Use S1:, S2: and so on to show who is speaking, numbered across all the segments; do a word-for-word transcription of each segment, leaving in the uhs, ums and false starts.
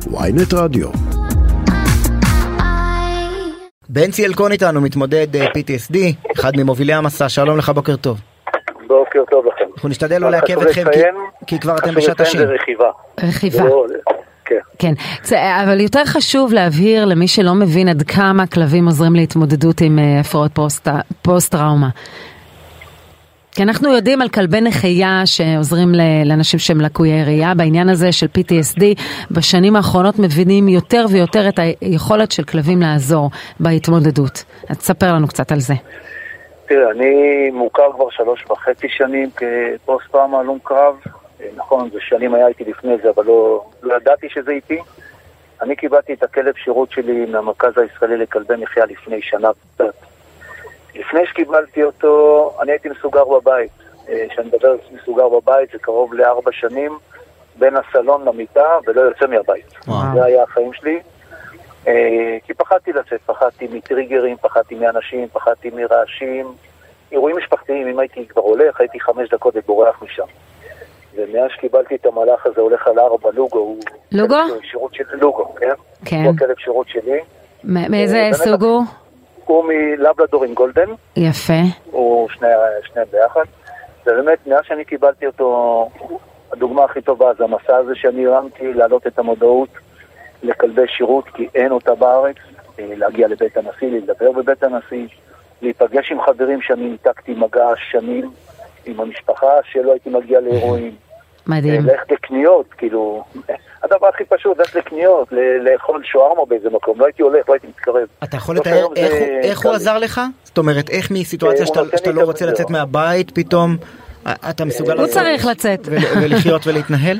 S1: וויינט רדיו.
S2: בנצי אלקון איתנו, מתמודד פי טי אס די, אחד ממובילי המסע. שלום לך, בוקר טוב.
S3: בוקר טוב לכם.
S2: אנחנו נשתדל לא לעכב אתכם כי, כי כבר אתם בשעת השם.
S3: זה רכיבה.
S4: רכיבה.
S3: כן.
S4: כן. אבל יותר חשוב להבהיר למי שלא מבין עד כמה כלבים עוזרים להתמודדות עם הפרעות פוסט-טראומה. כי אנחנו יודעים על כלבי נחייה שעוזרים לאנשים שהם לקויי ראייה. בעניין הזה של פי טי אס די, בשנים האחרונות מבינים יותר ויותר את היכולת של כלבים לעזור בהתמודדות. אז תספר לנו קצת על זה.
S3: תראה, אני מוכר כבר שלוש וחצי שנים כפוסט-טראומה הלום קרב. נכון, זה שנים היה איתי לפני זה, אבל לא, לא ידעתי שזה איתי. אני קיבלתי את הכלב שירות שלי מהמרכז הישראלי לכלבי נחייה לפני שנה קצת. לפני שקיבלתי אותו, אני הייתי מסוגר בבית. כשאני מדבר מסוגר בבית, זה קרוב לארבע שנים, בין הסלון למיטה, ולא יוצא מהבית. וואו. זה היה החיים שלי. כי פחדתי לצאת, פחדתי מטריגרים, פחדתי מאנשים, פחדתי מרעשים. אירועים משפחתיים, אם הייתי כבר הולך, הייתי חמש דקות ובורח משם. ומאז שקיבלתי את המהלך הזה, הולך על ארבע, לוגו.
S4: לוגו?
S3: שירות של לוגו, כן?
S4: כן.
S3: הוא הכלב שירות שלי.
S4: מאיזה סוג הוא?
S3: הוא מלבלדור עם גולדן.
S4: יפה.
S3: הוא שני, שני ביחד. ובאמת, מאז שאני קיבלתי אותו, הדוגמה הכי טובה זה המסע הזה שאני הרמתי, להעלות את המודעות לכלבי שירות, כי אין אותה בארץ, להגיע לבית הנשיא, לדבר בבית הנשיא, להיפגש עם חברים שאני ניתקתי מגע שנים, עם המשפחה שלא הייתי מגיע לאירועים.
S4: מדהים.
S3: ללכת לקניות, כאילו, הדבר הכי פשוט, ללכת לקניות, לאכול שוארמה באיזה מקום, לא הייתי הולך, לא הייתי מתקרב.
S2: אתה יכול לתאר איך הוא עזר לך? זאת אומרת, איך מסיטואציה שאתה לא רוצה לצאת מהבית, פתאום אתה מסוגל
S4: הוא צריך לצאת.
S2: ולחיות ולהתנהל?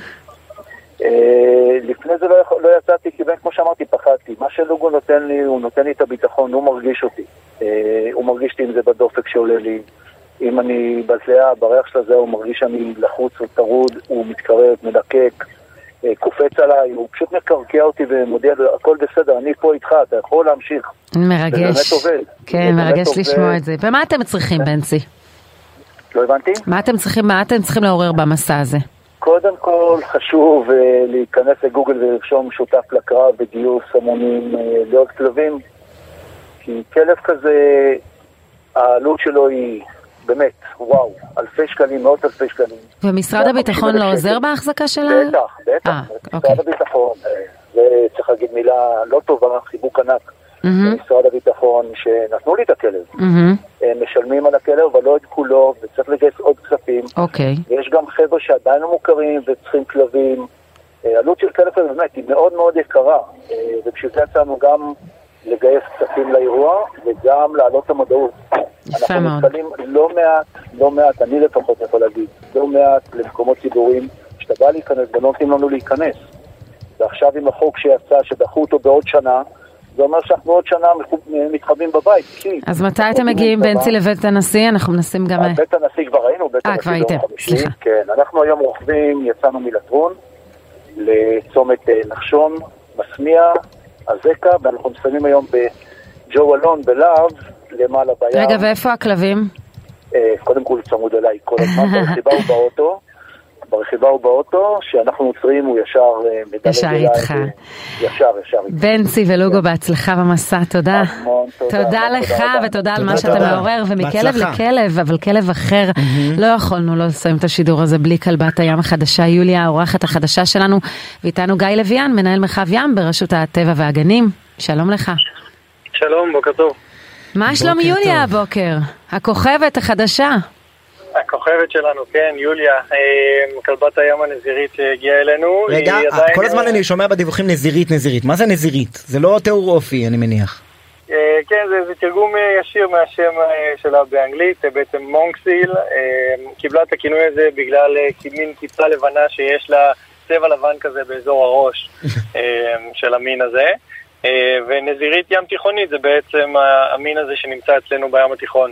S3: לפני זה לא יצאתי, כי בין כמו שאמרתי, פחדתי. מה שלוגו נותן לי, הוא נותן לי את הביטחון, הוא מרגיש אותי. הוא מרגיש אותי אם זה בדופק שעולה לי. אם אני בזלעה, בריח של הזה, הוא מרגיש שאני לחוץ, הוא טרוד, הוא מתקרב, מלקק, קופץ עליי, הוא פשוט מקרקע אותי ומודיע, הכל בסדר, אני פה איתך, אתה יכול להמשיך.
S4: מרגש. כן, מרגש לשמוע את זה. ומה אתם צריכים, בנצי?
S3: לא הבנתי?
S4: מה אתם צריכים, מה אתם צריכים לעורר במסע הזה?
S3: קודם כל חשוב להיכנס לגוגל ולרשום שותף לקרב וגיוס המונים לעוד כלבים, כי כלב כזה, העלות שלו היא באמת, וואו, אלפי שקלים, מאות אלפי שקלים.
S4: ומשרד הביטחון לא עוזר בהחזקה שלה?
S3: בטח, בטח. משרד הביטחון, וצריך להגיד מילה לא טובה, חיבוק ענק. משרד הביטחון שנתנו לי את הכלב. הם משלמים על הכלב, אבל לא את כולו, וצריך לגייס עוד כספים. ויש גם חבר'ה שעדיין לא מוכרים וצריכים כלבים. עלות של כלב באמת היא מאוד מאוד יקרה, ובשביל זה יצאנו גם לגייס כספים לאירוע, וגם להעלות את המודעות. אנחנו נתקלים לא מעט, לא מעט, אני לפחות יכול להגיד, לא מעט למקומות ציבוריים, שאתה בא להיכנס ולא נותנים לנו להיכנס. ועכשיו עם החוק שיצא, שדחו אותו בעוד שנה, זה אומר שאנחנו עוד שנה מתחבאים בבית.
S4: אז מתי אתם מגיעים בנצי לבית הנשיא? אנחנו מנסים גם...
S3: בית הנשיא כבר היינו, בית הנשיא
S4: כבר הייתם, סליחה.
S3: כן, אנחנו היום רוכבים, יצאנו מלטרון, לצומת נחשון, מסמיע, הזקה, ואנחנו מסיימים היום בג'ו אלון, בלאב, למעלה בים.
S4: רגע, ואיפה הכלבים?
S3: קודם כל צמוד אליי, כל הזמן ברכיבה הוא באוטו, ברכיבה הוא באוטו, שאנחנו נוצרים, הוא ישר מדלג
S4: ישר איתך.
S3: ישר, ישר איתך.
S4: בנצי ולוגו, בהצלחה במסע, תודה. תודה לך, ותודה על מה שאתה מעורר, ומכלב לכלב, אבל כלב אחר, לא יכולנו לא לסיים את השידור הזה בלי כלבת הים החדשה, יוליה, האורחת החדשה שלנו, ואיתנו גיא לויאן, מנהל מרחב ים ברשות הטבע והגנים. שלום לך.
S5: שלום, בוקר טוב.
S4: מה שלום יוליה הבוקר? הכוכבת החדשה.
S5: הכוכבת שלנו, כן, יוליה, כלבת הים הנזירית שהגיעה אלינו.
S2: רגע, כל הזמן אני שומע בדיווחים נזירית, נזירית. מה זה נזירית? זה לא תיאור אופי, אני מניח.
S5: כן, זה תרגום ישיר מהשם שלה באנגלית, בעצם מונקסיל. קיבלה את הכינוי הזה בגלל מין כיפה לבנה שיש לה צבע לבן כזה באזור הראש של המין הזה. ונזירית ים תיכונית זה בעצם המין הזה שנמצא אצלנו בים התיכון.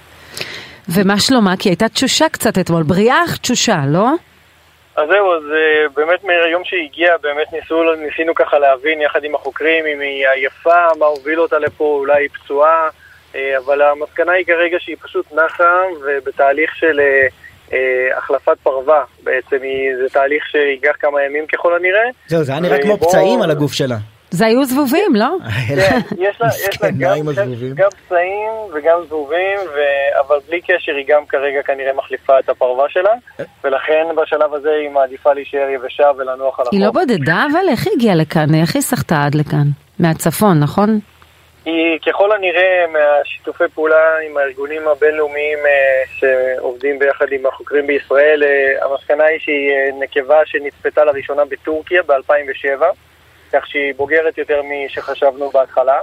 S4: ומה שלומה? כי הייתה תשושה קצת אתמול, בריאה אך תשושה, לא?
S5: אז זהו, אז באמת מהיום שהיא באמת ניסו, ניסינו ככה להבין יחד עם החוקרים, אם היא עייפה, מה הוביל אותה לפה, אולי היא פצועה, אבל המסקנה היא כרגע שהיא פשוט נחה, ובתהליך של החלפת פרווה בעצם, זה תהליך שייקח כמה ימים ככל הנראה.
S2: זהו, זה היה נראה כמו פצעים על הגוף שלה.
S4: זה היו זבובים, לא?
S5: כן, יש לה גם פצעים וגם זבובים, אבל בלי קשר היא גם כרגע כנראה מחליפה את הפרווה שלה, ולכן בשלב הזה היא מעדיפה להישאר יבשה ולנוח על החוף.
S4: היא לא בודדה, אבל איך היא הגיעה לכאן? איך היא סחתה עד לכאן? מהצפון, נכון?
S5: היא ככל הנראה מהשיתופי פעולה עם הארגונים הבינלאומיים שעובדים ביחד עם החוקרים בישראל, המסקנה היא שהיא נקבה שנצפתה לראשונה בטורקיה ב-אלפיים ושבע, כך שהיא בוגרת יותר משחשבנו בהתחלה,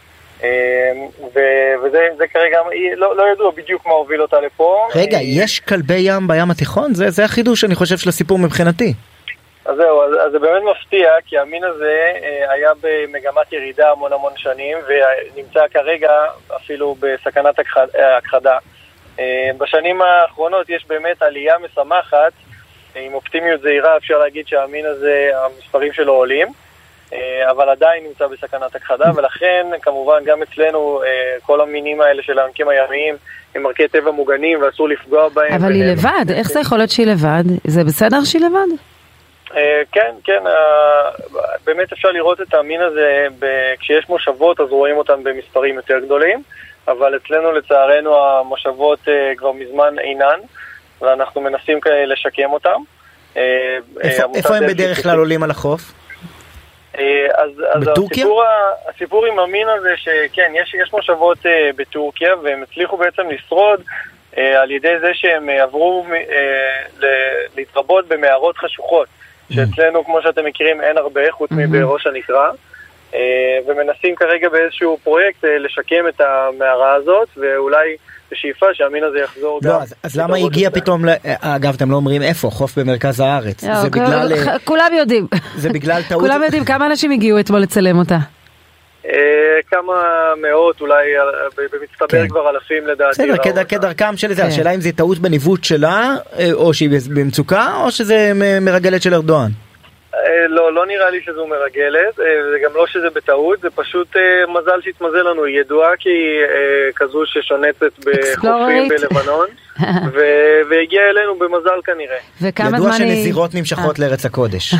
S5: וזה זה כרגע, לא, לא ידוע בדיוק מה הוביל אותה לפה.
S2: רגע, יש כלבי ים בים התיכון? זה, זה החידוש אני חושב של הסיפור מבחינתי.
S5: אז זהו, אז, אז זה באמת מפתיע, כי המין הזה אה, היה במגמת ירידה המון המון שנים, ונמצא כרגע אפילו בסכנת הכחדה. אה, בשנים האחרונות יש באמת עלייה משמחת, אה, עם אופטימיות זהירה אפשר להגיד שהמין הזה, המספרים שלו עולים, אה, אבל עדיין נמצא בסכנת הכחדה, ולכן כמובן גם אצלנו אה, כל המינים האלה של העמקים הימיים הם ערכי טבע מוגנים ואסור לפגוע בהם.
S4: אבל היא לבד, איך זה יכול להיות שהיא לבד? זה בסדר שהיא לבד?
S5: כן, כן, באמת אפשר לראות את המין הזה, כשיש מושבות אז רואים אותן במספרים יותר גדולים, אבל אצלנו לצערנו המושבות כבר מזמן אינן, ואנחנו מנסים לשקם אותם.
S2: איפה הם בדרך כלל עולים על החוף?
S5: אז הסיפור, הסיפור עם המין הזה שכן, יש, יש מושבות בטורקיה, והם הצליחו בעצם לשרוד על ידי זה שהם עברו להתרבות במערות חשוכות. שאצלנו, כמו שאתם מכירים, אין הרבה, חוץ מבראש הנקרה, ומנסים כרגע באיזשהו פרויקט לשקם את המערה הזאת, ואולי בשאיפה שהמין הזה יחזור גם.
S2: לא, אז למה היא הגיעה פתאום, אגב, אתם לא אומרים איפה, חוף במרכז הארץ. זה בגלל...
S4: כולם יודעים.
S2: זה בגלל טעות.
S4: כולם יודעים כמה אנשים הגיעו אתמול לצלם אותה.
S5: כמה מאות, אולי במצטבר כבר אלפים לדעתי.
S2: בסדר, כדרכם של זה, השאלה אם זה טעות בניווט שלה, או שהיא במצוקה, או שזה מרגלת של ארדואן?
S5: לא, לא נראה לי שזו מרגלת, זה גם לא שזה בטעות, זה פשוט מזל שהתמזל לנו, היא ידועה כי היא כזו ששונצת בחופים בלבנון, והגיעה אלינו במזל כנראה.
S2: ידוע שנזירות נמשכות לארץ הקודש.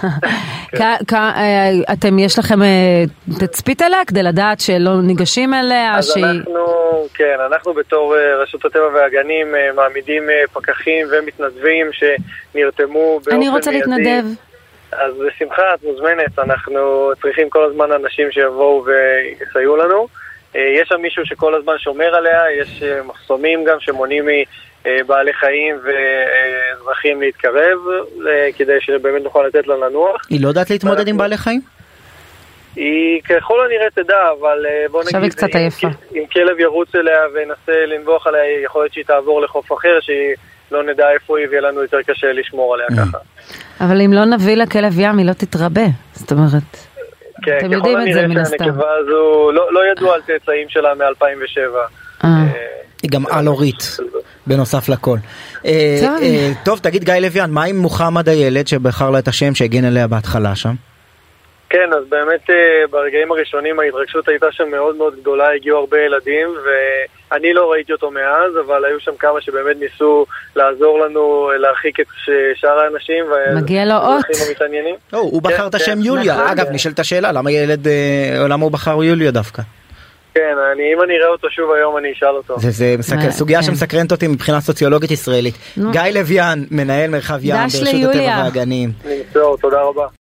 S4: אתם, יש לכם תצפית עליה כדי לדעת שלא ניגשים אליה?
S5: אז אנחנו, כן, אנחנו בתור רשות הטבע והגנים מעמידים פקחים ומתנדבים שנרתמו באופן
S4: אני רוצה להתנדב.
S5: אז בשמחה, את מוזמנת, אנחנו צריכים כל הזמן אנשים שיבואו ויסייעו לנו. יש שם מישהו שכל הזמן שומר עליה, יש מחסומים גם שמונעים מבעלי חיים ואזרחים להתקרב, כדי שבאמת נוכל לתת לה לנוח.
S2: היא לא יודעת להתמודד עם בעלי חיים?
S5: היא ככל הנראה תדע, אבל בוא נגיד, אם כלב ירוץ אליה וינסה לנבוח עליה, יכול להיות שהיא תעבור לחוף אחר, שהיא לא נדע איפה היא, ויהיה לנו יותר קשה לשמור עליה ככה.
S4: אבל אם לא נביא לכלב ים, היא לא תתרבה. זאת אומרת, אתם יודעים את זה מן הסתם.
S5: הנקבה הזו, לא ידוע על צאצאים שלה מ-אלפיים ושבע.
S2: היא גם על-אורית, בנוסף לכל. טוב, תגיד גיא לויאן, מה עם מוחמד הילד שבחר לה את השם שהגן עליה בהתחלה שם?
S5: כן, אז באמת ברגעים הראשונים ההתרגשות הייתה שם מאוד מאוד גדולה, הגיעו הרבה ילדים, ואני לא ראיתי אותו מאז, אבל היו שם כמה שבאמת ניסו לעזור לנו להרחיק את שאר האנשים.
S4: מגיע לו אות.
S2: הוא בחר את השם יוליה. אגב, נשאלת השאלה, למה ילד, למה הוא בחר יוליה דווקא?
S5: כן, אם אני אראה אותו שוב היום אני אשאל אותו.
S2: זה סוגיה שמסקרנת אותי מבחינה סוציולוגית ישראלית. גיא לויאן, מנהל מרחב ים ברשות הטבע והגנים.
S5: נמצא, תודה רבה.